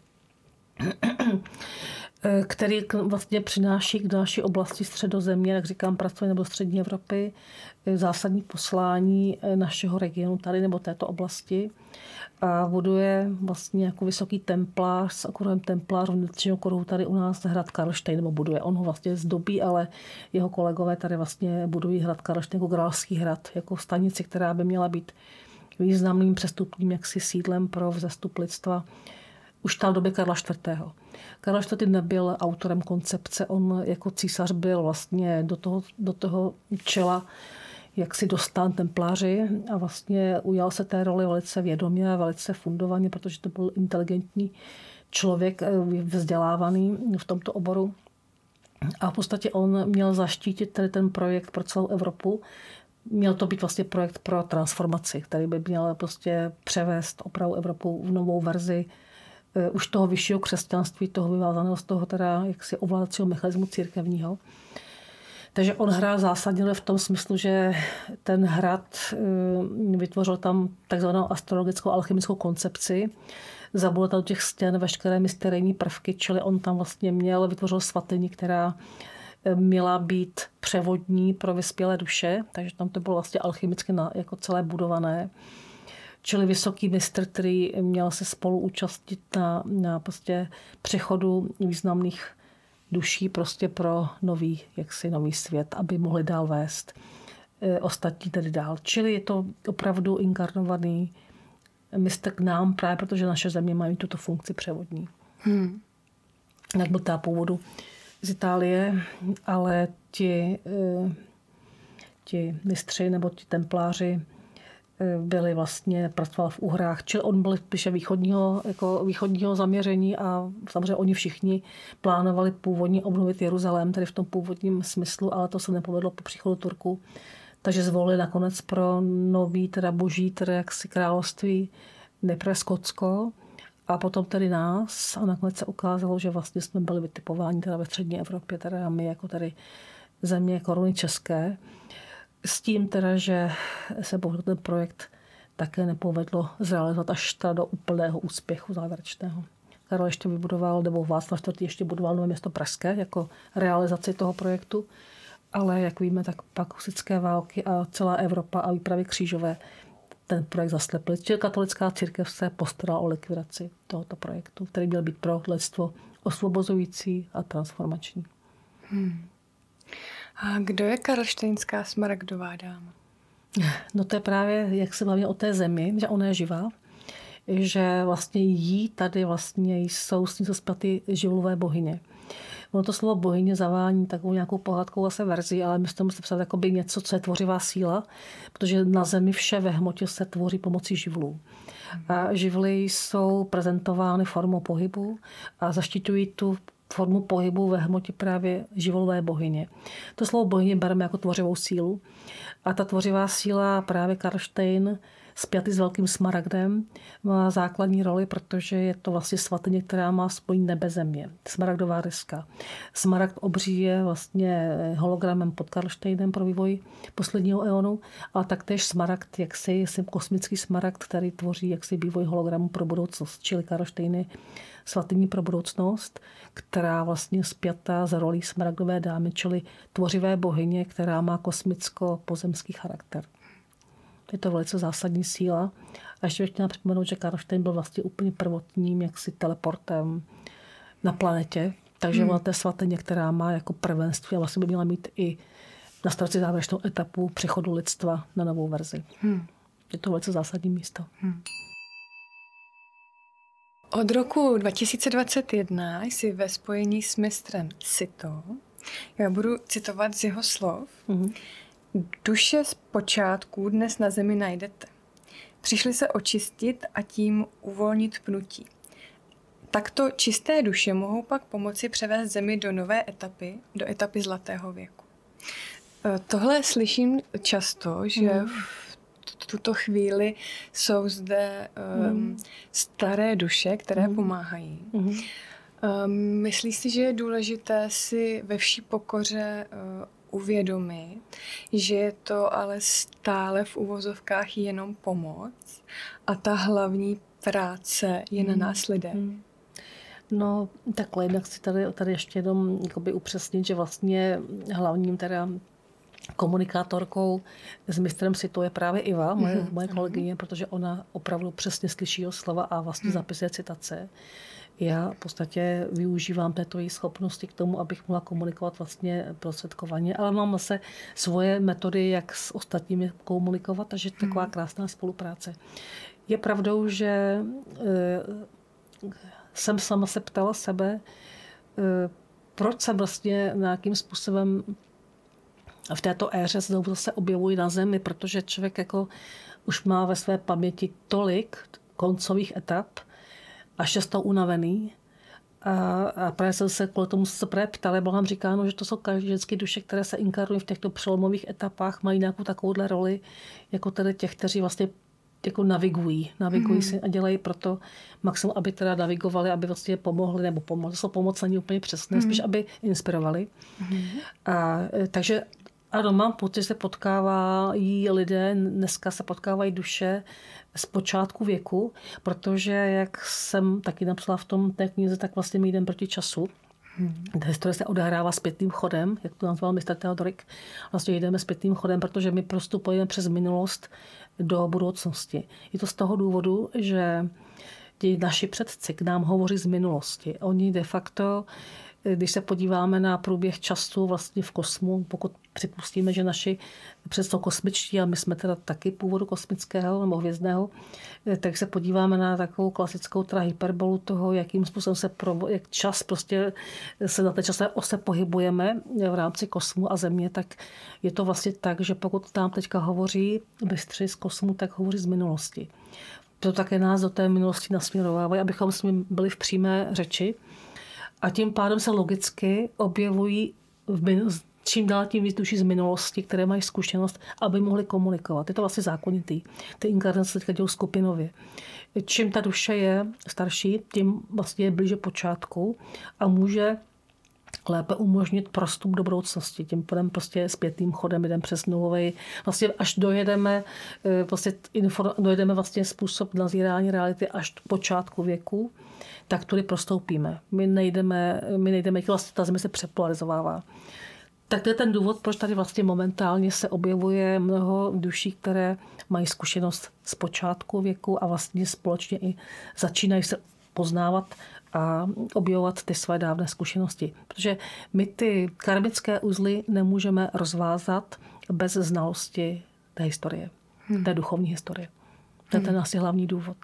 který vlastně přináší k další oblasti Středozemě, jak říkám, pracuje nebo střední Evropy, zásadní poslání našeho regionu tady nebo této oblasti a buduje vlastně jako vysoký templář s okruhem templářů vnitřního kruhu tady u nás hrad Karlštejn, nebo buduje. On ho vlastně zdobí, ale jeho kolegové tady vlastně budují hrad Karlštejn jako Grálský hrad, jako stanici, která by měla být významným přestupním jaksi sídlem pro vzestup lidstva už v době Karla IV. Karel IV. Nebyl autorem koncepce, on jako císař byl vlastně do toho čela jak si dostal templáři a vlastně ujal se té roli velice vědomě a velice fundovaně, protože to byl inteligentní člověk, vzdělávaný v tomto oboru. A v podstatě on měl zaštítit tady ten projekt pro celou Evropu. Měl to být vlastně projekt pro transformaci, který by měl prostě převést opravdu Evropu v novou verzi už toho vyššího křesťanství, toho vyvázaného z toho teda jaksi ovládacího mechanismu církevního. Takže on hrál zásadně v tom smyslu, že ten hrad vytvořil tam takzvanou astrologickou alchymickou koncepci, zabudl tam do těch stěn veškeré mysterijní prvky, čili on tam vlastně vytvořil svatyni, která měla být převodní pro vyspělé duše, takže tam to bylo vlastně alchymicky jako celé budované. Čili vysoký mistr, který měl se spolu účastnit na prostě přechodu významných duší prostě pro nový svět, aby mohli dál vést ostatní tedy dál. Čili je to opravdu inkarnovaný mistr k nám právě, protože naše země mají tuto funkci převodní. Jak byl ta původu z Itálie, ale ti mistři nebo ti templáři byli vlastně, pracoval v Uhrách, čili on byl spíše východního zaměření a samozřejmě oni všichni plánovali původně obnovit Jeruzalém, tedy v tom původním smyslu, ale to se nepovedlo po příchodu Turků. Takže zvolili nakonec pro nový, teda boží, teda jaksi království nejprve Skotsko a potom tedy nás a nakonec se ukázalo, že vlastně jsme byli vytipováni teda ve střední Evropě, teda my jako tady země koruny české. S tím teda, že se bohužel ten projekt také nepovedlo zrealizovat až do úplného úspěchu závěrečného. Karel ještě vybudoval, nebo Václav IV. Ještě budoval nové město Pražské jako realizaci toho projektu, ale jak víme, tak pak husitské války a celá Evropa a výpravy křížové ten projekt zaslepili. Čili katolická církev se postarala o likvidaci tohoto projektu, který měl být pro lidstvo osvobozující a transformační. A kdo je karlštejnská smaragdová dáma? No to je právě, jak se bavíme o té zemi, že ona je živá. že vlastně jí tady vlastně jsou s ní spjaty živlové bohyně. Ono to slovo bohyně zavání takovou nějakou pohádkou asi verzi, ale my to musíme psát jakoby něco, co je tvořivá síla, protože na zemi vše ve hmotě se tvoří pomocí živlů. A živly jsou prezentovány formou pohybu a zaštiťují tu formu pohybu ve hmotě právě živlové bohyně. To slovo bohyně bereme jako tvořivou sílu a ta tvořivá síla právě Karlštejn spjatý s velkým smaragdem má základní roli, protože je to vlastně svatyně, která má spojení nebe země. Smaragdová deska. Smaragd obří je vlastně hologramem pod Karlštejnem pro vývoj posledního eonu, ale taktéž smaragd, jaksi kosmický smaragd, který tvoří jaksi vývoj hologramu pro budoucnost, čili Karlštejny svatyní pro budoucnost, která vlastně spjatá s rolí smaragdové dámy, čili tvořivé bohyně, která má kosmicko-pozemský charakter. Je to velice zásadní síla. A ještě bych chtěla připomenout, že Karlštejn byl vlastně úplně prvotním jaksi teleportem na planetě. Takže ona té svatyně, která má jako prvenství a vlastně by měla mít i na starci závěrečnou etapu přechodu lidstva na novou verzi. Je to velice zásadní místo. Od roku 2021 jsi ve spojení s mistrem Sito. Já budu citovat z jeho slov. Duše z počátků dnes na zemi najdete. Přišli se očistit a tím uvolnit pnutí. Takto čisté duše mohou pak pomoci převést zemi do nové etapy, do etapy zlatého věku. Tohle slyším často, že v tuto chvíli jsou zde staré duše, které pomáhají. Myslíš si, že je důležité si ve vší pokoře uvědomit, že je to ale stále v uvozovkách jenom pomoc a ta hlavní práce je na nás lidé? No takhle, jednak si tady ještě jenom upřesnit, že vlastně hlavním teda komunikátorkou s mistrem Sito je právě Iva, moje kolegyně, protože ona opravdu přesně slyší jeho slova a vlastně zapisuje citace. Já v podstatě využívám této její schopnosti k tomu, abych mohla komunikovat vlastně prostředkovaně, ale mám zase svoje metody, jak s ostatními komunikovat, takže je taková krásná spolupráce. Je pravdou, že jsem sama se ptala sebe, proč jsem vlastně nějakým způsobem v této éře znovu se objevují na zemi, protože člověk jako už má ve své paměti tolik koncových etap, až je z toho unavený. A právě jsem se kvůli tomu se právě ptala, bylo nám říkáno, že to jsou vždycky duše, které se inkarnují v těchto přelomových etapách, mají nějakou takovouhle roli, jako tedy těch, kteří vlastně jako navigují si a dělají proto maximum, aby teda navigovali, aby vlastně pomohli, nebo pomohli, to jsou pomoc není úplně přesné, spíš aby inspirovali. Takže ano, mám pocit, že se potkávají lidé, dneska se potkávají duše z počátku věku, protože jak jsem taky napsala v té knize, tak vlastně my jdeme proti času. Ta historie se odehrává zpětným chodem, jak to nazval mistr Theodorik. Vlastně jdeme zpětným chodem, protože my prostupujeme přes minulost do budoucnosti. Je to z toho důvodu, že ti naši předci k nám hovoří z minulosti. Oni de facto, když se podíváme na průběh času vlastně v kosmu, pokud připustíme, že naši představ kosmičtí, a my jsme teda taky původu kosmického nebo hvězdného, tak se podíváme na takovou klasickou hyperbolu toho, jakým způsobem jak čas prostě se na té časové ose pohybujeme v rámci kosmu a země, tak je to vlastně tak, že pokud nám teďka hovoří mistři z kosmu, tak hovoří z minulosti. To také nás do té minulosti nasměrovávají, abychom s ním byli v přímé řeči. A tím pádem se logicky objevují čím dál tím víc duší z minulosti, které mají zkušenost, aby mohli komunikovat. Je to vlastně zákonitý. Ty inkarnace teďka dělou skupinově. Čím ta duše je starší, tím vlastně je blíže počátku a může lépe umožnit prostup do budoucnosti. Tím půjdeme prostě zpětným chodem, jdeme přes nulovej. Vlastně až dojedeme vlastně způsob nazírání reality až do počátku věku, tak tudy prostoupíme. My nejdeme, jak vlastně ta země se přepolarizovává. Tak to je ten důvod, proč tady vlastně momentálně se objevuje mnoho duší, které mají zkušenost z počátku věku a vlastně společně i začínají se poznávat a objevovat ty své dávné zkušenosti. Protože my ty karmické uzly nemůžeme rozvázat bez znalosti té historie, té duchovní historie. To je ten asi hlavní důvod.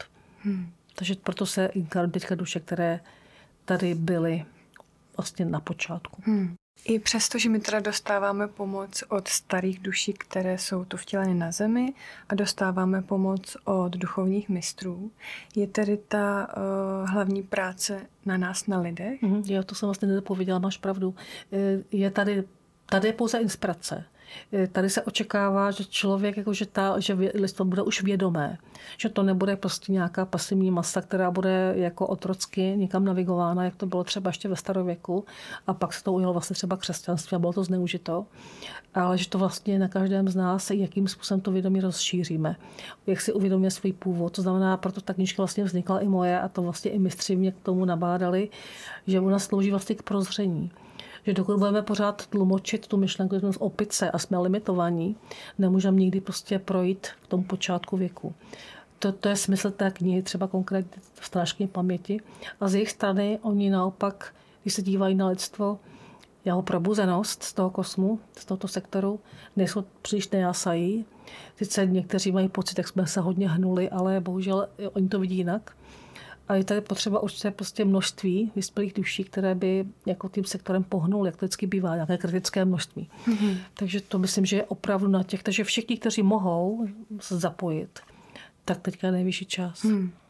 Takže proto se inkarnují teďka duše, které tady byly vlastně na počátku. I přesto, že my teda dostáváme pomoc od starých duší, které jsou tu vtěleny na zemi a dostáváme pomoc od duchovních mistrů, je tedy ta hlavní práce na nás, na lidech? Jo, to jsem vlastně nedopověděla, máš pravdu. Je tady je pouze inspirace. Tady se očekává, že člověk, že lidstvo bude už vědomé, že to nebude prostě nějaká pasivní masa, která bude jako otrocky někam navigována, jak to bylo třeba ještě ve starověku, a pak se to ujelo vlastně třeba křesťanství a bylo to zneužito, ale že to vlastně na každém z nás, jakým způsobem to vědomí rozšíříme, jak si uvědomíme svůj původ. To znamená, proto ta knížka vlastně vznikla i moje a to vlastně i mistři mě k tomu nabádali, že u nás slouží vlastně k prozření. Že dokud budeme pořád tlumočit tu myšlenku, že jsme z opice a jsme limitovaní, nemůžeme nikdy prostě projít v tom počátku věku. To je smysl té knihy, třeba konkrétně Strážkyně paměti. A z jejich strany oni naopak, když se dívají na lidstvo, jeho probuzenost z toho kosmu, z tohoto sektoru, nejsou příliš nejásají. Sice někteří mají pocit, jak jsme se hodně hnuli, ale bohužel oni to vidí jinak. A je tady potřeba určitě prostě množství vyspělých duší, které by jako tím sektorem pohnuly, jak to vždycky bývá, nějaké kritické množství. Takže to myslím, že je opravdu na těch, takže všichni, kteří mohou se zapojit, tak teďka je nejvyšší čas.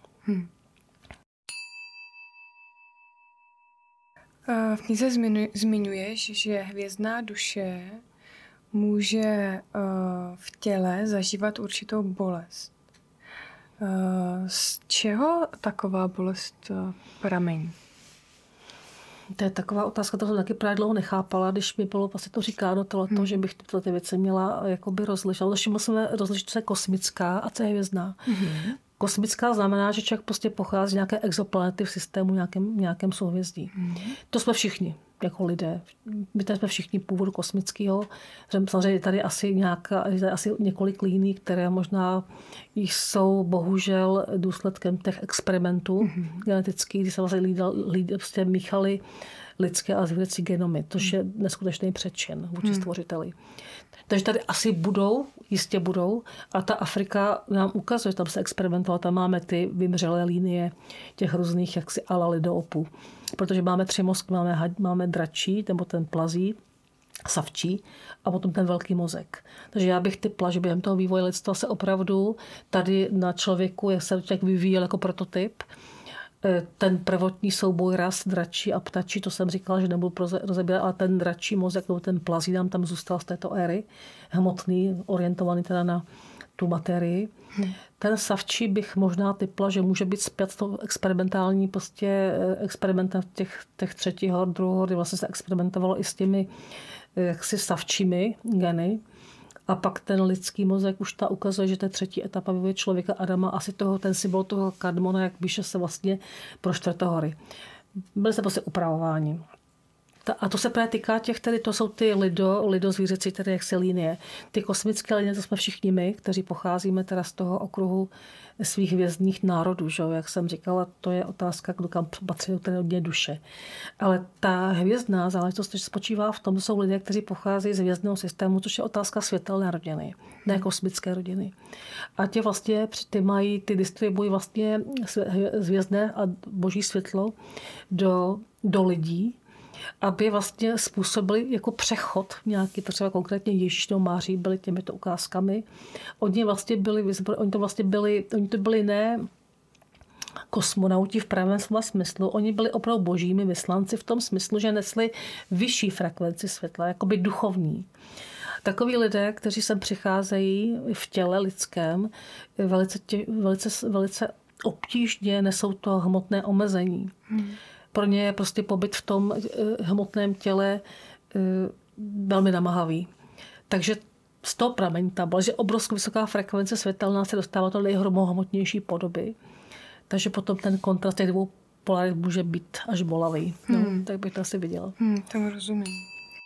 V knize zmiňuješ, že hvězdná duše může v těle zažívat určitou bolest. Z čeho taková bolest pramení? To je taková otázka, to jsem taky právě dlouho nechápala, když mi bylo vlastně to říkáno, že bych tyhle ty věci měla jakoby rozlišit. Ještě musíme rozlišit, co je kosmická a co je hvězdná. Kosmická znamená, že člověk prostě pochází z nějaké exoplanety v systému, nějakém souhvězdí. To jsme všichni, jako lidé. My tady jsme všichni původu kosmického. Samozřejmě je tady asi několik líní, které možná jsou bohužel důsledkem těch experimentů genetických, kdy se vlastně prostě míchali lidské a zvířecí genomy, což je neskutečný přečin vůči stvořiteli. Takže tady asi jistě budou, a ta Afrika nám ukazuje, že tam se experimentovalo, tam máme ty vymřelé linie těch různých jaksi ala lidoopů. Protože máme 3 mozky, máme dračí, nebo ten plazí, savčí a potom ten velký mozek. Takže já bych typla, že během toho vývoje lidstva se opravdu tady na člověku, jak se člověk vyvíjel jako prototyp, ten prvotní souboj ras dračí a ptačí, to jsem říkala, že nebudu rozebírat, ale ten dračí mozek, nebo ten plazí nám tam zůstal z této éry, hmotný, orientovaný teda na tu materii. Ten savčí bych možná typla, že může být zpět s tou experimentální experimentem těch 3. hor, 2. hor, kdy vlastně se experimentovalo i s těmi jaksi savčími geny. A pak ten lidský mozek už ukazuje, že to je 3. etapa vývoje člověka Adama, asi ten symbol toho kadmona, jak píše se vlastně pro 4. hory. Byli se prostě upravováni. A to se právě týká těch, to jsou ty lidozvířecí, tedy jaksi linie. Ty kosmické linie, to jsme všichni my, kteří pocházíme teda z toho okruhu svých hvězdných národů. Že? Jak jsem říkala, to je otázka, kdo kam patří hodně duše. Ale ta hvězdná záležitost spočívá v tom, že jsou lidé, kteří pocházejí z hvězdného systému, což je otázka světelné rodiny, ne kosmické rodiny. A ty distribuují vlastně hvězdné a boží světlo do lidí, aby vlastně způsobili jako přechod nějaký, třeba konkrétně Ježíš nebo Máří byli těmito ukázkami. Oni to byli ne kosmonauti v pravém slova smyslu, oni byli opravdu božími vyslanci v tom smyslu, že nesli vyšší frekvenci světla, jakoby duchovní. Takoví lidé, kteří sem přicházejí v těle lidském, velice obtížně nesou to hmotné omezení. Pro ně je prostě pobyt v tom hmotném těle velmi namáhavý. Takže z toho pramení ta bola, že obrovská vysoká frekvence světelná se dostává do nejhmotnější podoby. Takže potom ten kontrast těch 2 polarit může být až bolavý. Tak bych to asi viděla. Tomu rozumím.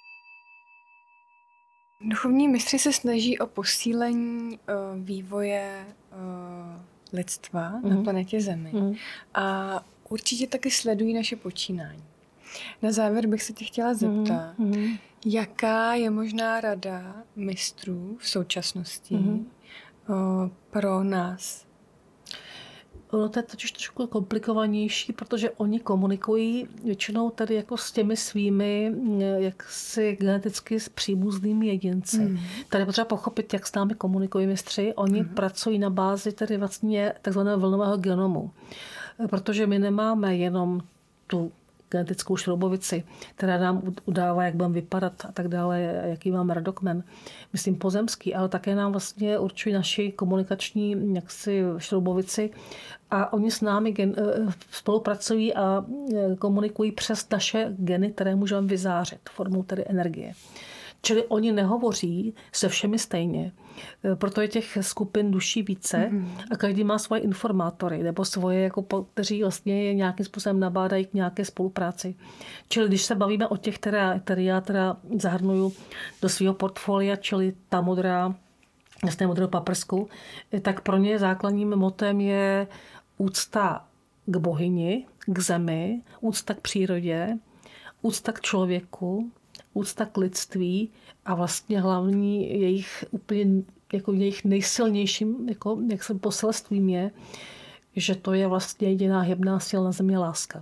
Duchovní mistři se snaží o posílení vývoje lidstva na planetě Zemi. A určitě taky sledují naše počínání. Na závěr bych se tě chtěla zeptat, jaká je možná rada mistrů v současnosti pro nás? Ono to je totiž trošku komplikovanější, protože oni komunikují většinou tady jako s těmi svými jaksi geneticky příbuznými jedinci. Tady je potřeba pochopit, jak s námi komunikují mistři. Oni pracují na bázi tedy vlastně takzvaného vlnového genomu. Protože my nemáme jenom tu genetickou šroubovici, která nám udává, jak budeme vypadat a tak dále, jaký máme rodokmen, myslím pozemský, ale také nám vlastně určují naši komunikační jaksi šroubovici a oni s námi spolupracují a komunikují přes naše geny, které můžeme vyzářit formou tedy energie. Čili oni nehovoří se všemi stejně, proto je těch skupin duší více a každý má svoje informátory nebo svoje, jako, kteří vlastně je nějakým způsobem nabádají k nějaké spolupráci. Čili když se bavíme o těch, které já teda zahrnuju do svého portfolia, čili ta modrá, jasně modrou paprsku, tak pro ně základním motem je úcta k bohyni, k zemi, úcta k přírodě, úcta k člověku, úcta k lidství a vlastně hlavní jejich úplně jako jejich nejsilnějším jako, jak jsem poselstvím je, že to je vlastně jediná hybná síla na zemi láska.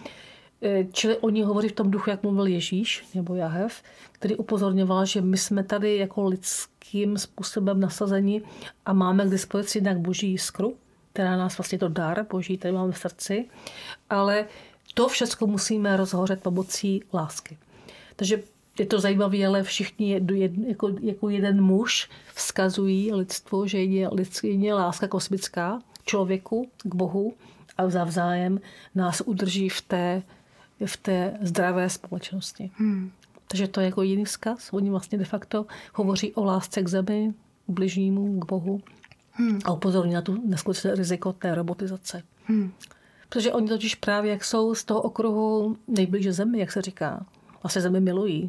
Čili oni hovoří v tom duchu, jak mluvil Ježíš nebo Jahev, který upozorňoval, že my jsme tady jako lidským způsobem nasazeni a máme k dispozici jednak boží jiskru, která nás vlastně to dar boží, který máme v srdci, ale to všechno musíme rozhořet pomocí lásky. Takže je to zajímavé, ale všichni jako jeden muž vzkazují lidstvu, že je láska kosmická člověku k Bohu a zavzájem nás udrží v té zdravé společnosti. Takže to je jako jiný vzkaz. Oni vlastně de facto hovoří o lásce k zemi, k bližnímu, k Bohu a upozorní na tu neskutečné riziko té robotizace. Protože oni totiž právě, jak jsou z toho okruhu nejblíže zemi, jak se říká, vlastně zemi milují,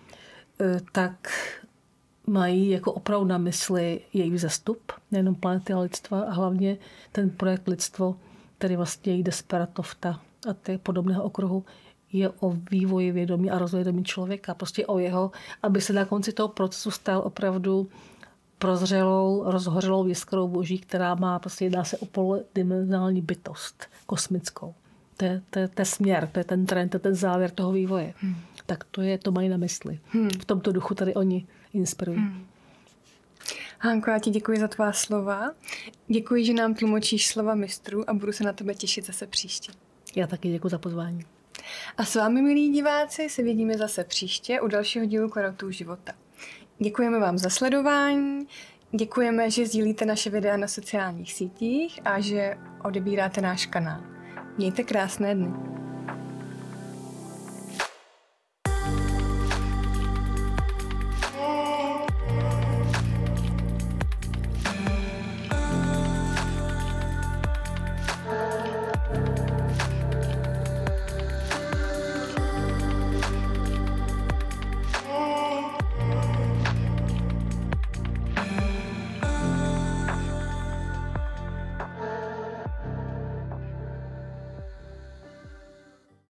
tak mají jako opravdu na mysli její vzestup, nejenom planety a lidstva a hlavně ten projekt lidstvo, který vlastně jde z Peratovta a té podobného okruhu, je o vývoji vědomí a rozvoji vědomí člověka. Prostě o jeho, aby se na konci toho procesu stal opravdu prozřelou, rozhořelou jiskrou boží, která má, prostě jedná se o polodimenzionální bytost kosmickou. To je směr, to je ten trend, to je ten závěr toho vývoje. Tak to mají na mysli. V tomto duchu tady oni inspirují. Hánko, já ti děkuji za tvá slova. Děkuji, že nám tlumočíš slova mistrů a budu se na tebe těšit zase příště. Já taky děkuji za pozvání. A s vámi, milí diváci, se vidíme zase příště u dalšího dílu Klarotů života. Děkujeme vám za sledování, děkujeme, že sdílíte naše videa na sociálních sítích a že odebíráte náš kanál. Mějte krásné dny.